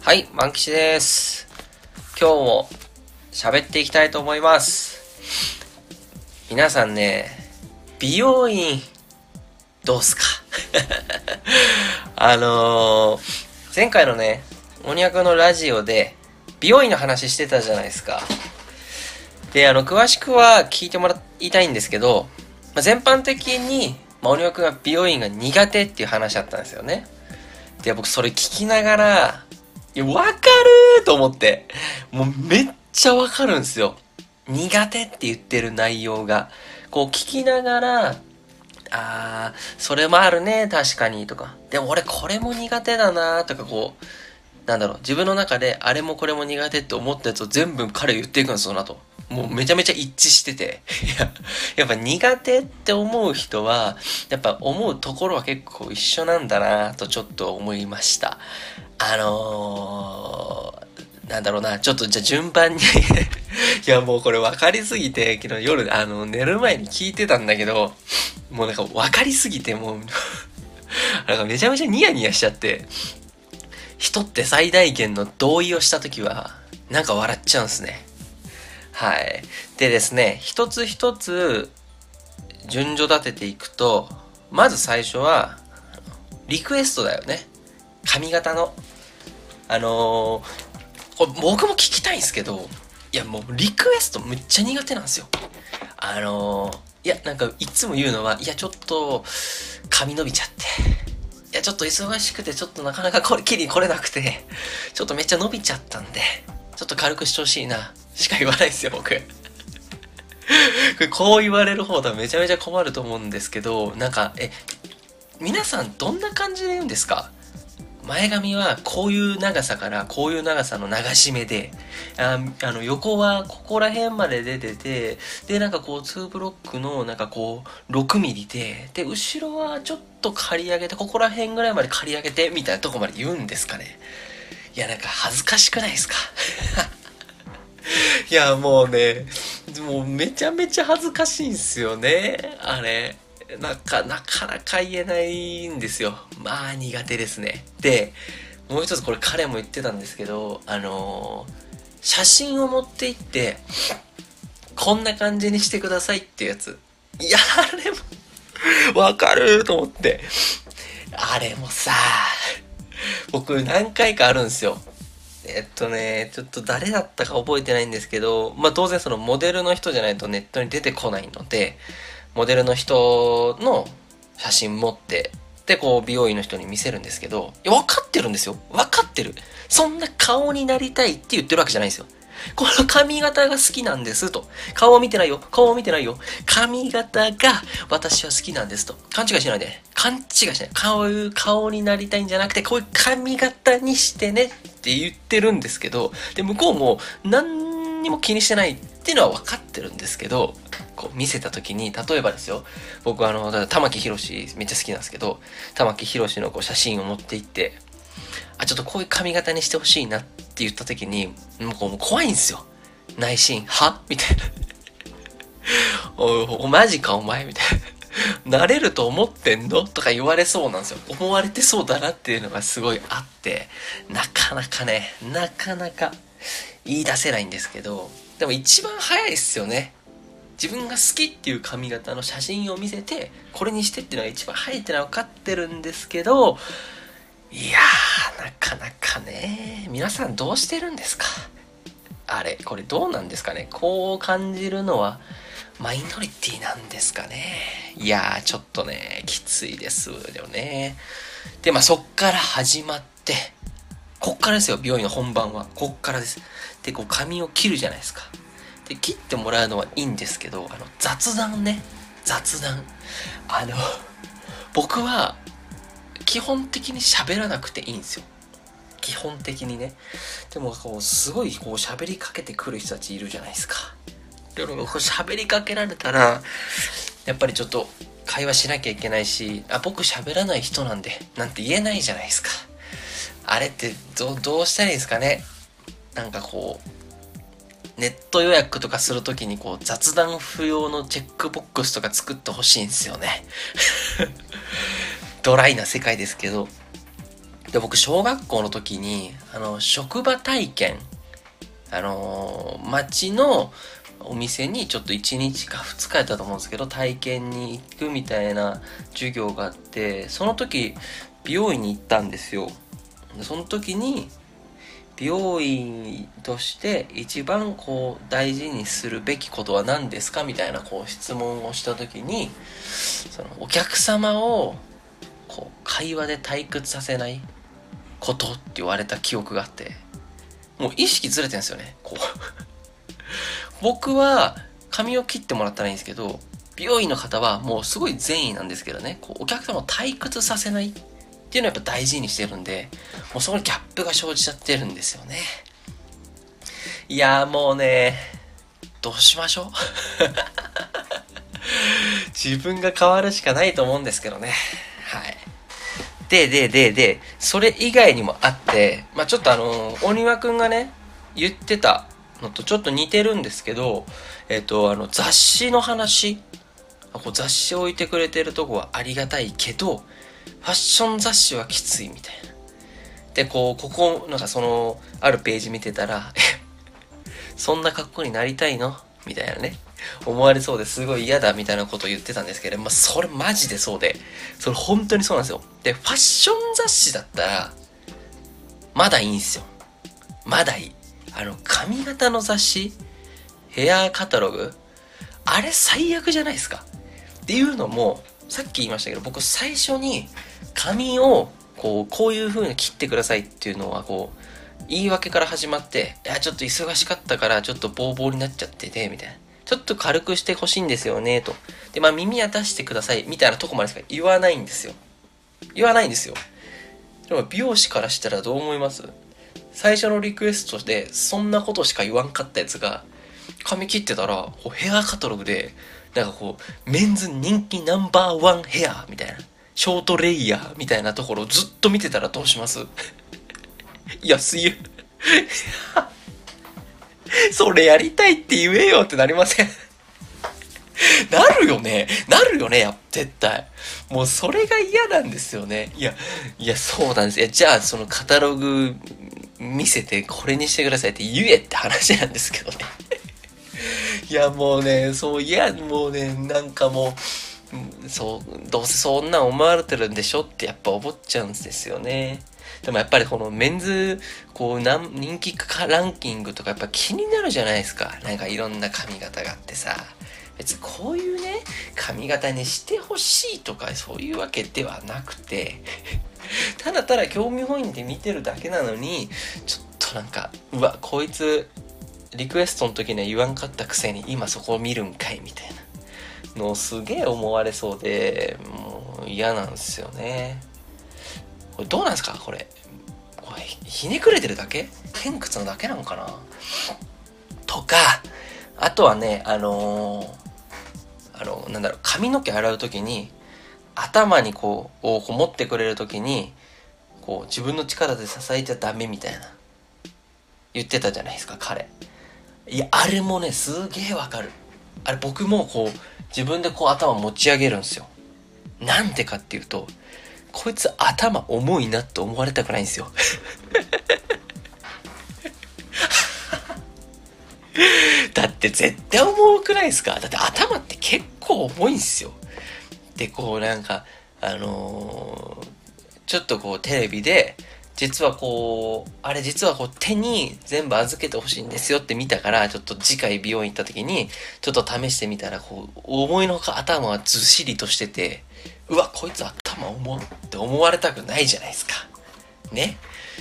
はい、万吉です。今日も喋っていきたいと思います。皆さんね、美容院どうすか前回のね、鬼役のラジオで美容院の話してたじゃないですか。で、詳しくは聞いてもらいたいんですけど、全般的に、鬼役が美容院が苦手っていう話だったんですよね。で、僕それ聞きながら、わかるーと思って。もうめっちゃわかるんですよ。苦手って言ってる内容が。こう聞きながら、それもあるね、確かに、とか。でも俺これも苦手だなとか自分の中であれもこれも苦手って思ったやつを全部彼言っていくんですよ、その後。もうめちゃめちゃ一致してて。やっぱ苦手って思う人は、やっぱ思うところは結構一緒なんだなとちょっと思いました。ちょっとじゃあ順番にいやもうこれ分かりすぎて、昨日夜寝る前に聞いてたんだけど、もうなんか分かりすぎてもうなんかめちゃめちゃニヤニヤしちゃって、人って最大限の同意をしたときは、なんか笑っちゃうんすね。はい。でですね、一つ一つ順序立てていくと、まず最初は、リクエストだよね。髪型の。これ僕も聞きたいんですけど、いやもうリクエストめっちゃ苦手なんですよ。いやなんかいつも言うのは、いやちょっと髪伸びちゃって、いやちょっと忙しくてちょっとなかなか切り来れなくて、ちょっとめっちゃ伸びちゃったんで、ちょっと軽くしてほしいな、しか言わないですよ僕。こう言われる方だとめちゃめちゃ困ると思うんですけど、皆さんどんな感じで言うんですか？前髪はこういう長さからこういう長さの流し目で、横はここら辺まで出てて、で、2ブロックの6ミリで、後ろはちょっと刈り上げて、ここら辺ぐらいまで刈り上げて、みたいなとこまで言うんですかね。いや、恥ずかしくないですか？いや、もうね、もうめちゃめちゃ恥ずかしいんすよね、あれ。なかなか言えないんですよ。まあ苦手ですね。で、もう一つこれ彼も言ってたんですけど、写真を持って行って、こんな感じにしてくださいってやつ。いや、あれも、わかると思って。あれもさ、僕何回かあるんですよ。ちょっと誰だったか覚えてないんですけど、当然そのモデルの人じゃないとネットに出てこないので、モデルの人の写真持って、で、美容院の人に見せるんですけど、分かってるんですよ。分かってる。そんな顔になりたいって言ってるわけじゃないんですよ。この髪型が好きなんですと。顔を見てないよ。顔を見てないよ。髪型が私は好きなんですと。勘違いしないで。勘違いしない。こういう顔になりたいんじゃなくて、こういう髪型にしてねって言ってるんですけど、で、向こうも何にも気にしてないっていうのは分かってるんですけど、見せた時に、例えばですよ、僕玉木宏めっちゃ好きなんですけど、玉木宏の写真を持っていって、ちょっとこういう髪型にしてほしいなって言った時に、もう怖いんですよ。内心、はみたいな。マジかお前みたいな。なれると思ってんのとか言われそうなんですよ。思われてそうだなっていうのがすごいあって、なかなか言い出せないんですけど、でも一番早いっすよね。自分が好きっていう髪型の写真を見せて、これにしてっていうのが一番早いってのは分かってるんですけど、いやー、なかなかね、皆さんどうしてるんですか？これどうなんですかね？こう感じるのはマイノリティなんですかね？いやー、ちょっとね、きついですよね。で、そっから始まって、こっからですよ、美容院の本番は。こっからです。で、髪を切るじゃないですか。で、切ってもらうのはいいんですけど、雑談ね。雑談。僕は、基本的に喋らなくていいんですよ。基本的にね。でも、すごい、喋りかけてくる人たちいるじゃないですか。でも、喋りかけられたら、やっぱりちょっと、会話しなきゃいけないし、僕喋らない人なんで、なんて言えないじゃないですか。あれって、どうしたらいいですかね？ネット予約とかするときに雑談不要のチェックボックスとか作ってほしいんですよね。ドライな世界ですけど。 で、僕、小学校の時に、職場体験、町のお店にちょっと1日か2日やったと思うんですけど、体験に行くみたいな授業があって、その時、美容院に行ったんですよ。その時に、美容院として一番こう大事にするべきことは何ですかみたいなこう質問をした時に、そのお客様をこう会話で退屈させないことって言われた記憶があって、もう意識ずれてるんですよね。こう僕は髪を切ってもらったらいいんですけど、美容院の方はもうすごい善意なんですけどね、こうお客様を退屈させないっていうのをやっぱ大事にしてるんで、もうそこにギャップが生じちゃってるんですよね。いやーもうね、どうしましょう自分が変わるしかないと思うんですけどね。はい。で、それ以外にもあって、まあちょっと大庭くんがね、言ってたのとちょっと似てるんですけど、雑誌の話、こう雑誌を置いてくれてるとこはありがたいけど、ファッション雑誌はきついみたいな。で、ここ、なんかあるページ見てたら、そんな格好になりたいのみたいなね。思われそうですごい嫌だみたいなことを言ってたんですけど、まあ、それマジでそうで、それ本当にそうなんですよ。で、ファッション雑誌だったら、まだいいんですよ。まだいい。髪型の雑誌、ヘアカタログ、あれ最悪じゃないですか。っていうのも、さっき言いましたけど、僕最初に髪をこういう風に切ってくださいっていうのは言い訳から始まって、いやちょっと忙しかったからちょっとボーボーになっちゃっててみたいな、ちょっと軽くしてほしいんですよねと、でまあ耳は出してくださいみたいなとこまでしか言わないんですよ。でも美容師からしたらどう思います？最初のリクエストでそんなことしか言わんかったやつが髪切ってたらヘアカタログでなんかメンズ人気ナンバーワンヘアみたいな、ショートレイヤーみたいなところをずっと見てたらどうします？安いそれやりたいって言えよってなりません？なるよね、絶対。もうそれが嫌なんですよね。いや、そうなんです。じゃあそのカタログ見せてこれにしてくださいって言えって話なんですけどね。いやもうね、もうね、なんかもう、どうせそんなん思われてるんでしょってやっぱ思っちゃうんですよね。でもやっぱりこのメンズ、人気ランキングとかやっぱ気になるじゃないですか。なんかいろんな髪型があってさ。別にこういうね、髪型にしてほしいとかそういうわけではなくて、ただただ興味本位で見てるだけなのに、ちょっとなんか、うわ、こいつ、リクエストの時には言わんかったくせに今そこを見るんかいみたいなのをすげえ思われそうで、もう嫌なんですよね。これどうなんですかこれひねくれてるだけ？偏屈なだけなのかなとか、あとはね、髪の毛洗うときに、頭に持ってくれるときに、自分の力で支えちゃダメみたいな、言ってたじゃないですか、彼。いや、あれもね、すげえわかる。あれ僕も自分で頭持ち上げるんですよ。なんでかっていうと、こいつ頭重いなって思われたくないんですよ。だって絶対重くないですか？だって頭って結構重いんですよ。で、なんか、ちょっとテレビで、実は手に全部預けてほしいんですよって見たから、ちょっと次回美容院行った時に、ちょっと試してみたら、思いのほか頭がずっしりとしてて、うわ、こいつ頭重って思われたくないじゃないですか。ね。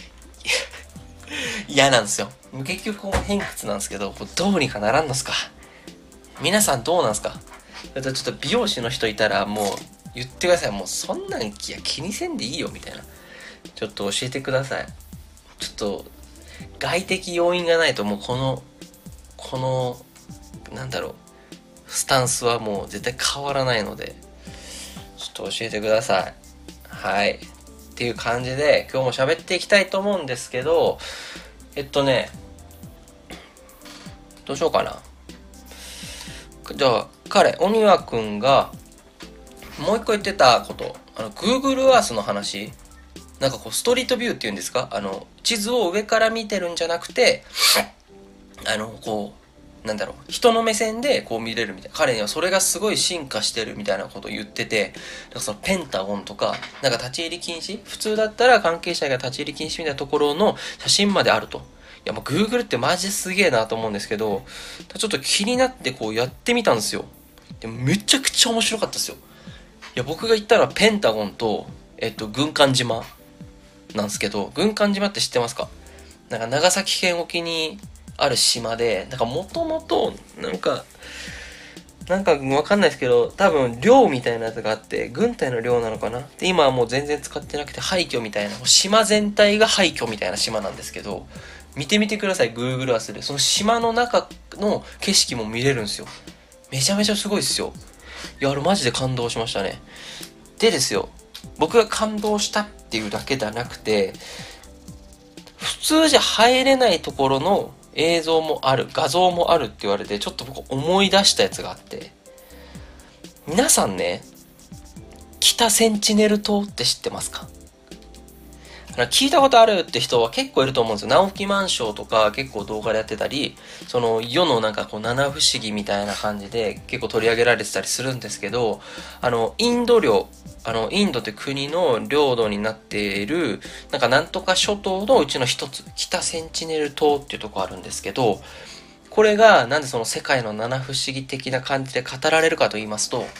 嫌なんですよ。結局偏屈なんですけど、どうにかならんのすか。皆さんどうなんすか？ちょっと美容師の人いたらもう言ってください。もうそんなん気にせんでいいよみたいな。ちょっと教えてください。ちょっと外的要因がないともうこのスタンスはもう絶対変わらないので、ちょっと教えてください。はい。っていう感じで今日も喋っていきたいと思うんですけど、どうしようかな。じゃあ鬼輪くんがもう一個言ってたこと、Google Earth の話なんかこうストリートビューっていうんですか、地図を上から見てるんじゃなくて、こう、なんだろう、人の目線でこう見れるみたいな。彼にはそれがすごい進化してるみたいなことを言ってて、なんかそのペンタゴンとか、なんか立ち入り禁止、普通だったら関係者が立ち入り禁止みたいなところの写真まであると。いやもう Google ってマジですげえなと思うんですけど、ちょっと気になってこうやってみたんですよ。でもめちゃくちゃ面白かったですよ。いや僕が言ったらペンタゴンと、軍艦島なんですけど、軍艦島って知ってますか？なんか長崎県沖にある島で、なんかもともと、なんかわかんないですけど、多分寮みたいなやつがあって、軍隊の寮なのかなで、今はもう全然使ってなくて廃墟みたいな、島全体が廃墟みたいな島なんですけど、見てみてください、Google Earth で。その島の中の景色も見れるんですよ。めちゃめちゃすごいですよ。いや、あれマジで感動しましたね。でですよ、僕が感動したっていうだけではなくて、普通じゃ入れないところの映像もある、画像もあるって言われて、ちょっと僕思い出したやつがあって、皆さんね、北センチネル島って知ってますか？聞いたことあるって人は結構いると思うんですよ。直木マンションとか結構動画でやってたり、その世のなんかこう七不思議みたいな感じで結構取り上げられてたりするんですけど、インド領、インドって国の領土になっている、なんかなんとか諸島のうちの一つ、北センチネル島っていうとこあるんですけど、これがなんでその世界の七不思議的な感じで語られるかと言いますと、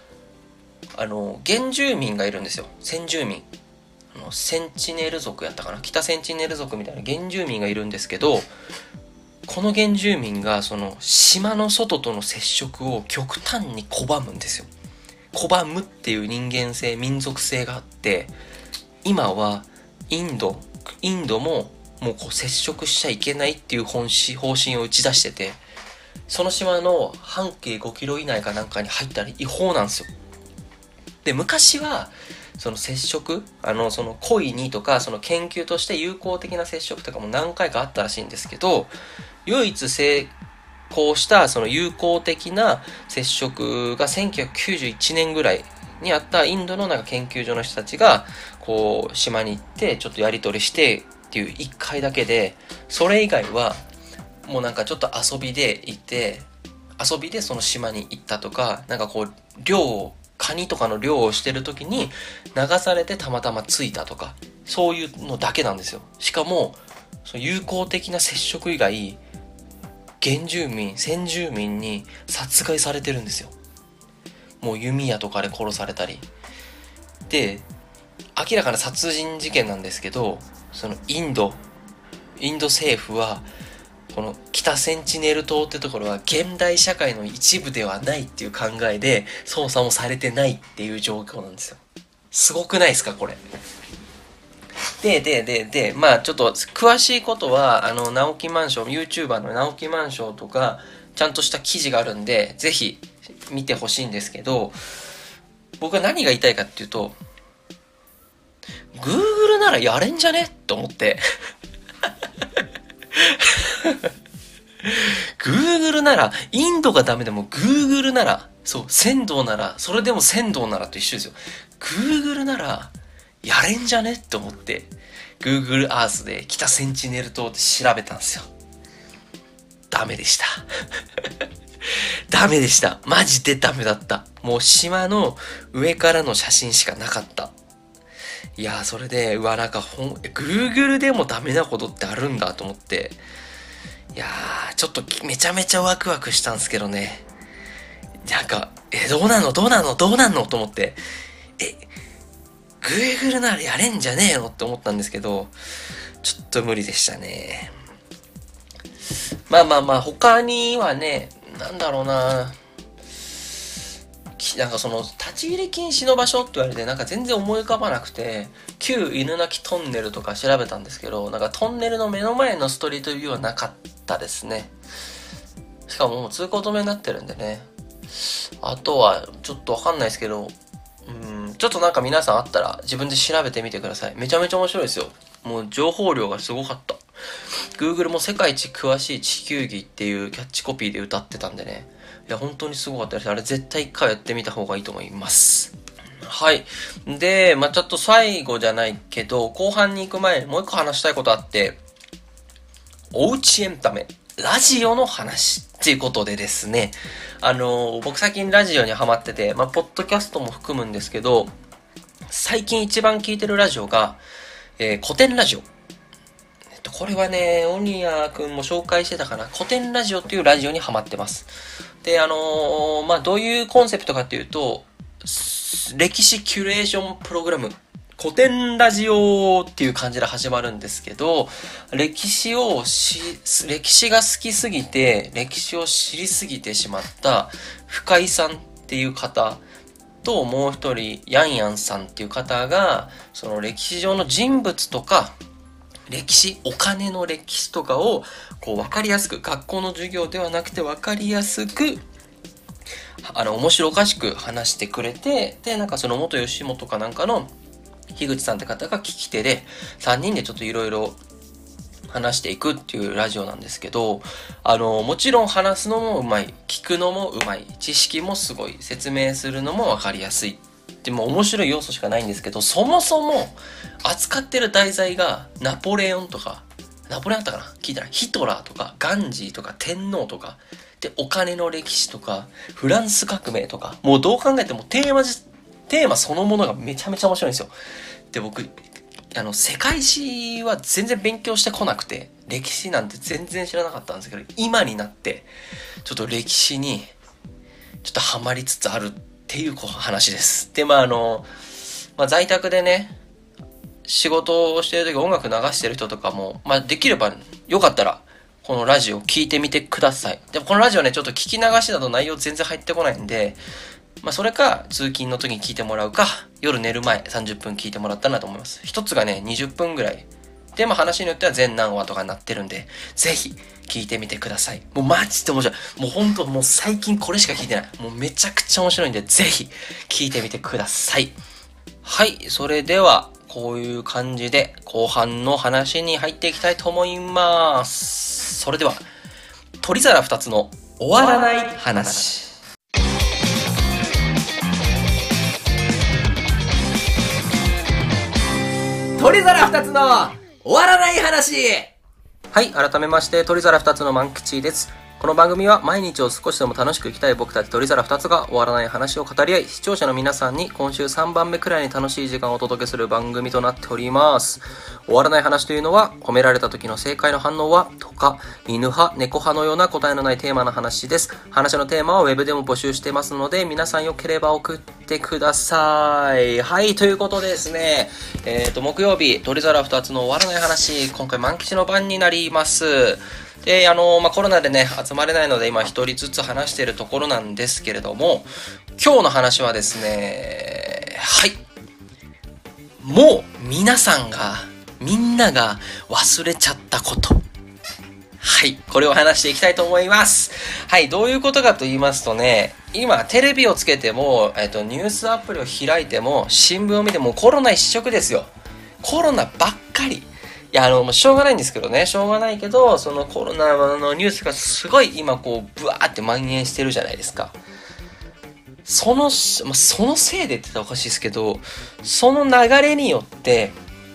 原住民がいるんですよ。先住民。センチネル族やったかな、北センチネル族みたいな原住民がいるんですけど、この原住民がその島の外との接触を極端に拒むんですよ。拒むっていう人間性、民族性があって、今はインドももうこう接触しちゃいけないっていう方針を打ち出してて、その島の半径5キロ以内かなんかに入ったら違法なんですよ。で、昔はその接触、その故意にとか、その研究として有効的な接触とかも何回かあったらしいんですけど、唯一成功したその有効的な接触が1991年ぐらいにあったインドのなんか研究所の人たちが、こう、島に行ってちょっとやり取りしてっていう1回だけで、それ以外はもうなんかちょっと遊びで行って、遊びでその島に行ったとか、なんかこう、カニとかの漁をしてる時に流されてたまたまついたとか、そういうのだけなんですよ。しかも、その有効的な接触以外、先住民に殺害されてるんですよ。もう弓矢とかで殺されたり。で、明らかな殺人事件なんですけど、そのインド政府は、この北センチネル島ってところは現代社会の一部ではないっていう考えで操作もされてないっていう状況なんですよ。すごくないですかこれ。で、まあちょっと詳しいことは、直木マンション、YouTuber の直木マンションとか、ちゃんとした記事があるんで、ぜひ見てほしいんですけど、僕は何が言いたいかっていうと、Google ならやれんじゃねって思って。Google なら、インドがダメでも Google なら、そう、仙道なら、それでも仙道ならと一緒ですよ。Google なら、やれんじゃねって思って、Google Earth で北センチネル島って調べたんですよ。ダメでした。ダメでした。マジでダメだった。もう島の上からの写真しかなかった。いやー、それで、なんかGoogle でもダメなことってあるんだと思って、いやー、ちょっとめちゃめちゃワクワクしたんですけどね。なんか、どうなんのと思って、Google ならやれんじゃねえのって思ったんですけど、ちょっと無理でしたね。まあ、他にはね、なんだろうな、なんかその、立ち入り禁止の場所って言われて、なんか全然思い浮かばなくて、旧犬鳴トンネルとか調べたんですけど、なんかトンネルの目の前のストリートビューはなかったですね。しかももう通行止めになってるんでね。あとは、ちょっとわかんないですけど、ちょっとなんか皆さんあったら自分で調べてみてください。めちゃめちゃ面白いですよ。もう情報量がすごかった。Google も世界一詳しい地球儀っていうキャッチコピーで歌ってたんでね。いや、本当にすごかったです。あれ絶対一回やってみた方がいいと思います。 はい。で、ちょっと最後じゃないけど、後半に行く前にもう一個話したいことあって、おうちエンタメ、ラジオの話っていうことでですね、僕最近ラジオにハマってて、ポッドキャストも含むんですけど、最近一番聞いてるラジオが、古典ラジオ。これはね、オニアくんも紹介してたかな。古典ラジオっていうラジオにハマってます。で、どういうコンセプトかっていうと、歴史キュレーションプログラム、古典ラジオっていう感じで始まるんですけど、歴史が好きすぎて、歴史を知りすぎてしまった深井さんっていう方と、もう一人、ヤンヤンさんっていう方が、その歴史上の人物とか、お金の歴史とかを、分かりやすく、学校の授業ではなくて分かりやすく、面白おかしく話してくれて、で、その元吉本かなんかの、樋口さんって方が聞き手で、3人でちょっといろいろ話していくっていうラジオなんですけど、もちろん話すのもうまい、聞くのもうまい、知識もすごい、説明するのも分かりやすい。でも面白い要素しかないんですけど、そもそも扱ってる題材がナポレオンとか、ナポレオンあったかな聞いたらヒトラーとかガンジーとか天皇とかで、お金の歴史とかフランス革命とか、もうどう考えてもテーマそのものがめちゃめちゃ面白いんですよ。で、僕世界史は全然勉強してこなくて、歴史なんて全然知らなかったんですけど、今になってちょっと歴史にちょっとハマりつつあるっていう話です。で、在宅でね、仕事をしてるとき音楽流してる人とかも、できればよかったら、このラジオ聞いてみてください。でもこのラジオね、ちょっと聞き流しだと内容全然入ってこないんで、それか、通勤の時に聞いてもらうか、夜寝る前30分聞いてもらったらなと思います。一つがね、20分ぐらい。で、話によっては全何話とかになってるんで、ぜひ、聞いてみてください。もうマジで面白い。もうほんと、もう最近これしか聞いてない。もうめちゃくちゃ面白いんで、ぜひ、聞いてみてください。はい、それでは、こういう感じで、後半の話に入っていきたいと思います。それでは、取り皿2つの終わらない話。取り皿2つの終わらない話。はい、改めまして、取り皿2つの万吉です。この番組は毎日を少しでも楽しく生きたい僕たち取り皿2つが終わらない話を語り合い、視聴者の皆さんに今週3番目くらいに楽しい時間をお届けする番組となっております。終わらない話というのは、褒められた時の正解の反応はとか、犬派、猫派のような答えのないテーマの話です。話のテーマはウェブでも募集してますので、皆さんよければ送ってください。はい、ということでですね、木曜日、取り皿2つの終わらない話、今回万吉の番になります。で、コロナでね、集まれないので今一人ずつ話しているところなんですけれども、今日の話はですね、はい。もうみんなが忘れちゃったこと。はい。これを話していきたいと思います。はい。どういうことかと言いますとね、今テレビをつけても、ニュースアプリを開いても、新聞を見てもコロナ一色ですよ。コロナばっかり。いや、もうしょうがないんですけどね。しょうがないけど、そのコロナのニュースがすごい今ブワーって蔓延してるじゃないですか。そのせいでって言ったらおかしいですけど、その流れによって、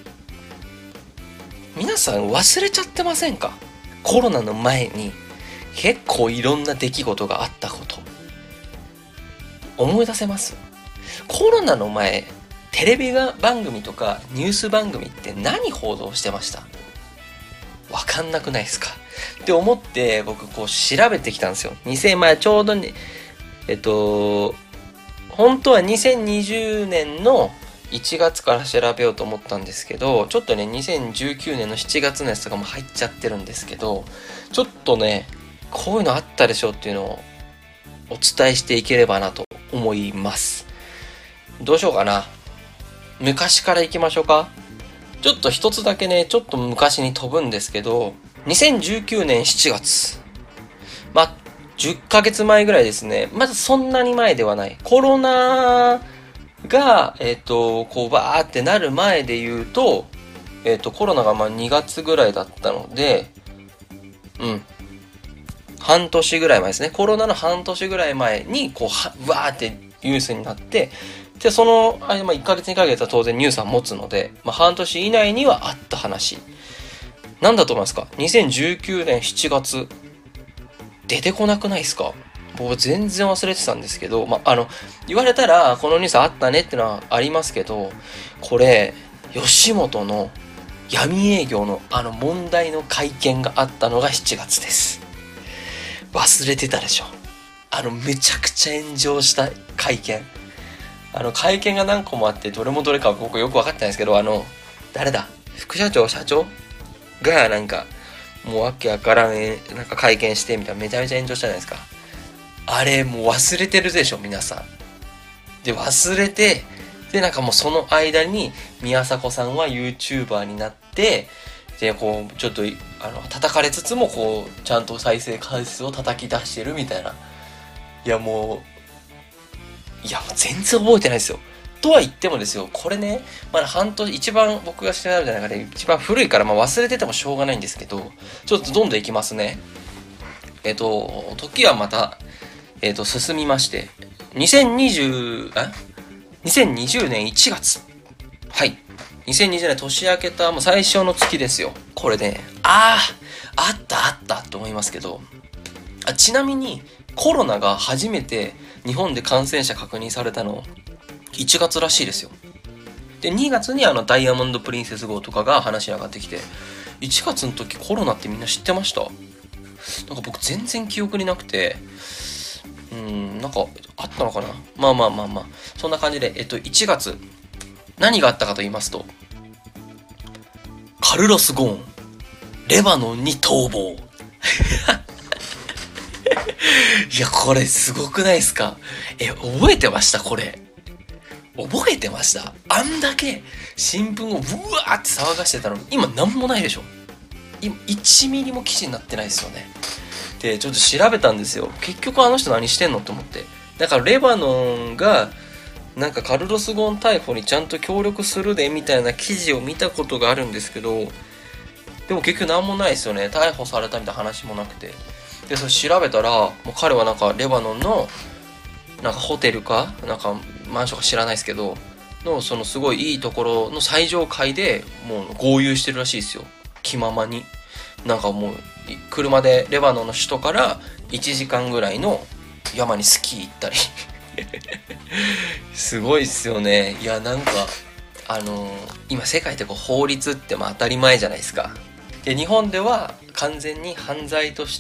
皆さん忘れちゃってませんか？コロナの前に結構いろんな出来事があったこと。思い出せます？コロナの前、テレビ番組とかニュース番組って何報道してました？わかんなくないですか？って思って僕調べてきたんですよ。ちょうどね、本当は2020年の1月から調べようと思ったんですけど、ちょっとね、2019年の7月のやつとかも入っちゃってるんですけど、ちょっとね、こういうのあったでしょっていうのをお伝えしていければなと思います。どうしようかな。昔から行きましょうか。ちょっと一つだけね、ちょっと昔に飛ぶんですけど、2019年7月。10ヶ月前ぐらいですね。まずそんなに前ではない。コロナが、バーってなる前で言うと、コロナが2月ぐらいだったので、半年ぐらい前ですね。コロナの半年ぐらい前に、わーってニュースになって、 で、その間、1ヶ月2ヶ月は当然ニュースは持つので、半年以内にはあった話。なんだと思いますか？ 2019 年7月。出てこなくないですか？僕全然忘れてたんですけど、言われたらこのニュースあったねってのはありますけど、これ、吉本の闇営業の問題の会見があったのが7月です。忘れてたでしょ。めちゃくちゃ炎上した会見。会見が何個もあって、どれもどれか僕よく分かってないんですけど、誰だ？副社長、社長がもうわけわからん、会見してみたいな、めちゃめちゃ炎上したじゃないですか。あれ、もう忘れてるでしょ、皆さん。で、忘れて、で、もうその間に、宮迫さんは YouTuber になって、で、ちょっと、叩かれつつも、ちゃんと再生回数を叩き出してるみたいな。もう全然覚えてないですよ。とは言ってもですよ、これね、まだ半年、一番僕が調べた中で一番古いから、忘れててもしょうがないんですけど、ちょっとどんどんいきますね。時はまた、進みまして、2020年1月。はい。2020年年明けたもう最初の月ですよ。これね、あったと思いますけど、ちなみにコロナが初めて日本で感染者確認されたの1月らしいですよ。で、2月にダイヤモンドプリンセス号とかが話に上がってきて、1月の時コロナってみんな知ってました？僕全然記憶になくて、あったのかな。そんな感じで、1月、何があったかと言いますと、カルロス・ゴーン、レバノンに逃亡。これすごくないですか？覚えてました？これ。覚えてました？あんだけ新聞をブワーって騒がしてたのに、今なんもないでしょ？今、1ミリも記事になってないですよね。で、ちょっと調べたんですよ。結局あの人何してんのと思って。だからレバノンが、カルロス・ゴーン逮捕にちゃんと協力するでみたいな記事を見たことがあるんですけど、でも結局なんもないですよね。逮捕されたみたいな話もなくて。で、それ調べたら、もう彼はレバノンの、ホテルかマンションか知らないですけど、そのすごいいいところの最上階でもう豪遊してるらしいですよ。気ままに。もう、車でレバノンの首都から1時間ぐらいの山にスキー行ったり。すごいっすよね。今世界って法律って当たり前じゃないですか。で、日本では完全に犯罪として、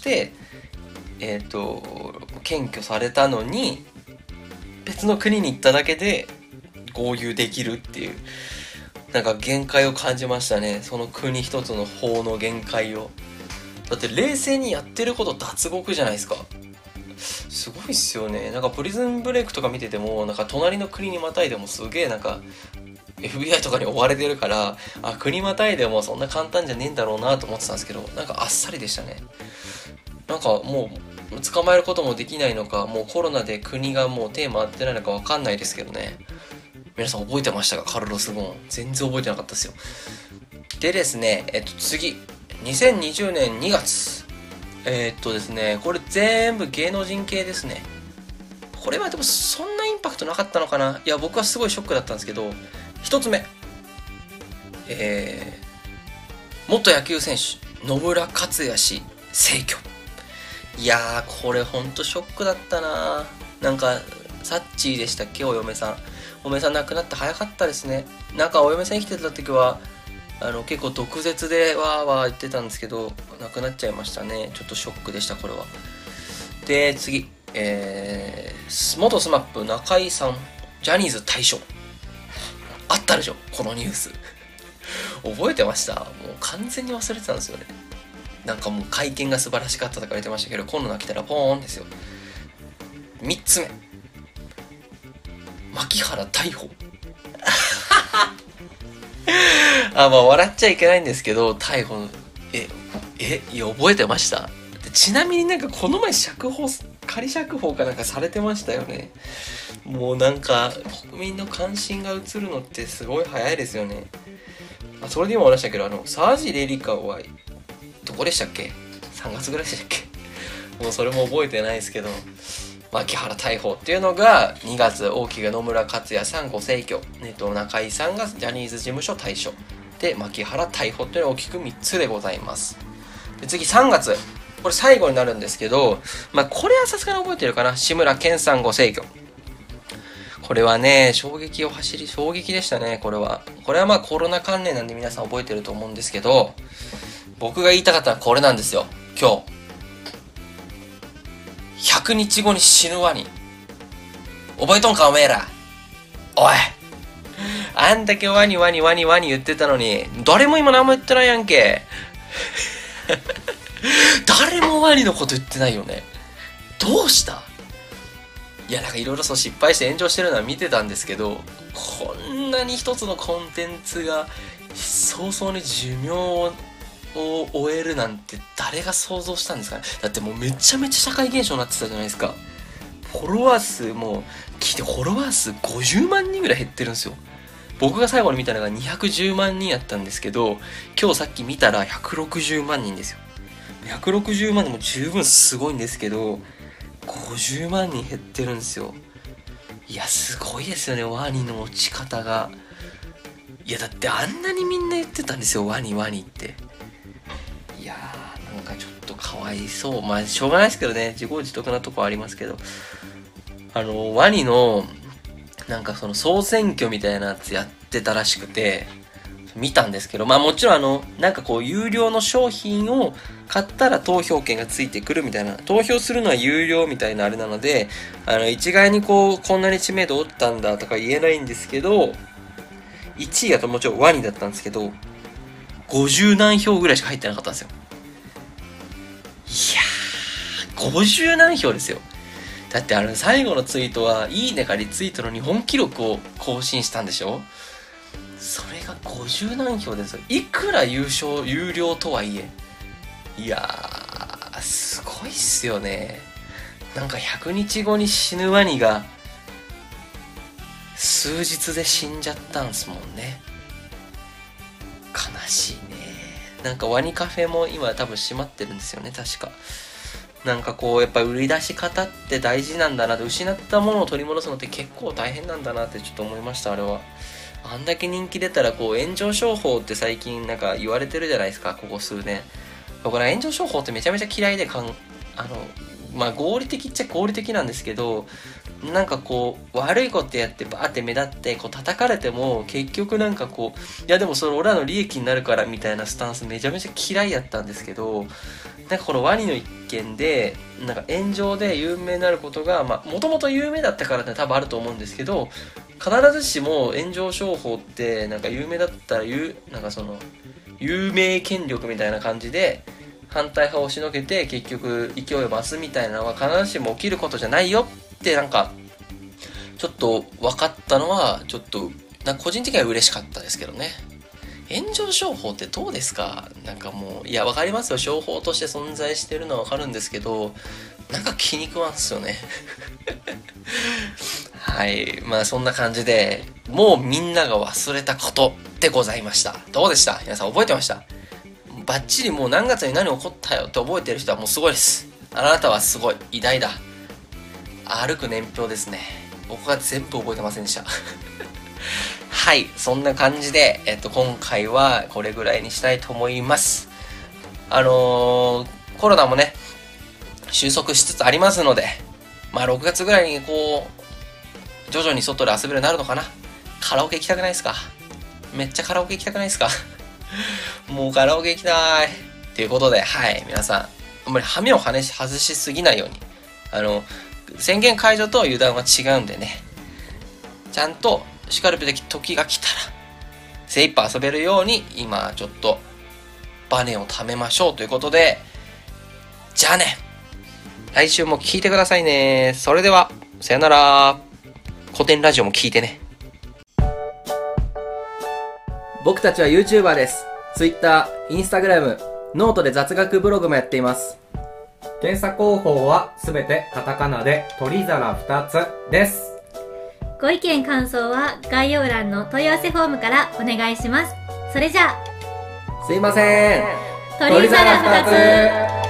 検挙されたのに、別の国に行っただけで豪遊できるっていう、限界を感じましたね。その国一つの法の限界を。だって冷静にやってること脱獄じゃないですか。すごいっすよね。プリズンブレイクとか見てても、隣の国にまたいでもすげえFBI とかに追われてるから、国またいでもそんな簡単じゃねえんだろうなと思ってたんですけど、あっさりでしたね。もう捕まえることもできないのか、もうコロナで国がもう手回ってないのか分かんないですけどね。皆さん覚えてましたか？カルロス・ゴーン。全然覚えてなかったですよ。でですね、次。2020年2月。ですね、これ全部芸能人系ですね。これはでもそんなインパクトなかったのかな。いや、僕はすごいショックだったんですけど、一つ目。元野球選手、野村克也氏、逝去。いやー、これほんとショックだったな。サッチーでしたっけ？お嫁さん。お嫁さん亡くなって早かったですね。お嫁さん生きてた時は、結構毒舌でわーわー言ってたんですけど、亡くなっちゃいましたね。ちょっとショックでした、これは。で、次。元スマップ中井さん、ジャニーズ退所。あったでしょ、このニュース。覚えてました？もう完全に忘れてたんですよね。もう会見が素晴らしかったとか言ってましたけど、コロナ来たらポーンですよ。3つ目。牧原逮捕。笑っちゃいけないんですけど、逮捕、いや、覚えてました。ちなみにこの前仮釈放かされてましたよね。もう国民の関心が移るのってすごい早いですよね。それで今話したけど、沢尻エリカは、どこでしたっけ？ 3 月ぐらいでしたっけ？もうそれも覚えてないですけど、 牧原大砲っていうのが2月、大木が野村克也さんご逝去、中井さんがジャニーズ事務所退所で、牧原大砲っていうのが大きく3つでございます。で次3月、これ最後になるんですけど、これはさすがに覚えてるかな。志村けんさんご逝去。これはね、衝撃でしたね。これはコロナ関連なんで皆さん覚えてると思うんですけど、僕が言いたかったのはこれなんですよ。今日100日後に死ぬワニ覚えとんかおめえら。おい、あんだけワニ言ってたのに誰も今何も言ってないやんけ。誰もワニのこと言ってないよね。どうした？いや、なんかいろいろ失敗して炎上してるのは見てたんですけど、こんなに一つのコンテンツが早々に寿命を終えるなんて誰が想像したんですかね。だってもうめちゃめちゃ社会現象になってたじゃないですか。フォロワー数も聞いて、フォロワー数50万人ぐらい減ってるんですよ。僕が最後に見たのが210万人やったんですけど、今日さっき見たら160万人ですよ。160万人も十分すごいんですけど、50万人減ってるんですよ。いや、すごいですよね、ワニの落ち方が。いや、だってあんなにみんな言ってたんですよ、ワニって。いやー、なんかちょっとかわいそう。しょうがないですけどね、自業自得なとこありますけど、ワニのなんかその総選挙みたいなやつやってたらしくて見たんですけど、もちろんなんかこう有料の商品を買ったら投票権がついてくるみたいな、投票するのは有料みたいなあれなので、一概にこんなに知名度落ちたんだとか言えないんですけど、1位だともちろんワニだったんですけど、50何票ぐらいしか入ってなかったんですよ。いやー、50何票ですよ。だって最後のツイートはいいねかリツイートの日本記録を更新したんでしょ。それが50何票ですよ。いくら有料とはいえ。いやー、すごいっすよね。なんか100日後に死ぬワニが数日で死んじゃったんすもんね。悲しいね。なんかワニカフェも今多分閉まってるんですよね、確か。なんかやっぱ売り出し方って大事なんだなって、失ったものを取り戻すのって結構大変なんだなってちょっと思いました、あれは。あんだけ人気出たら炎上商法って最近なんか言われてるじゃないですか、ここ数年。僕ら炎上商法ってめちゃめちゃ嫌いで合理的っちゃ合理的なんですけど、なんか悪いことやってバーって目立って叩かれても結局なんかいやでもそれ俺らの利益になるからみたいなスタンスめちゃめちゃ嫌いやったんですけど、なんかこのワニの一件でなんか炎上で有名になることがもともと有名だったからって多分あると思うんですけど、必ずしも炎上商法ってなんか有名だったらなんかその有名権力みたいな感じで反対派を押しのけて結局勢いを増すみたいなのは必ずしも起きることじゃないよってなんかちょっと分かったのはちょっとなんか個人的には嬉しかったですけどね。炎上商法ってどうですか？なんかもういや分かりますよ、商法として存在してるのは分かるんですけど、なんか気に食わんすよね。はい、そんな感じでもうみんなが忘れたことでございました。どうでした？皆さん覚えてました？バッチリもう何月に何起こったよって覚えてる人はもうすごいです。あなたはすごい偉大だ。歩く年表ですね。僕は全部覚えてませんでした。はい、そんな感じで、今回はこれぐらいにしたいと思います。コロナもね収束しつつありますので、6月ぐらいに徐々に外で遊べるようになるのかな。カラオケ行きたくないですか？めっちゃカラオケ行きたくないですか？もうカラオケ行きたいっていうことで、はい、皆さんあんまりハメを外しすぎないように、宣言解除と油断は違うんでね、ちゃんとしかるべき時が来たら精一杯遊べるように今ちょっとバネを貯めましょうということで、じゃあね、来週も聞いてくださいね。それではさよなら。古典ラジオも聞いてね。僕たちは YouTuber です。Twitter、Instagram、ノートで雑学ブログもやっています。 検査方法はすべてカタカナで鳥皿2つです。 ご意見感想は概要欄の問い合わせフォームからお願いします。それじゃあ、 すいません。 鳥皿2つ。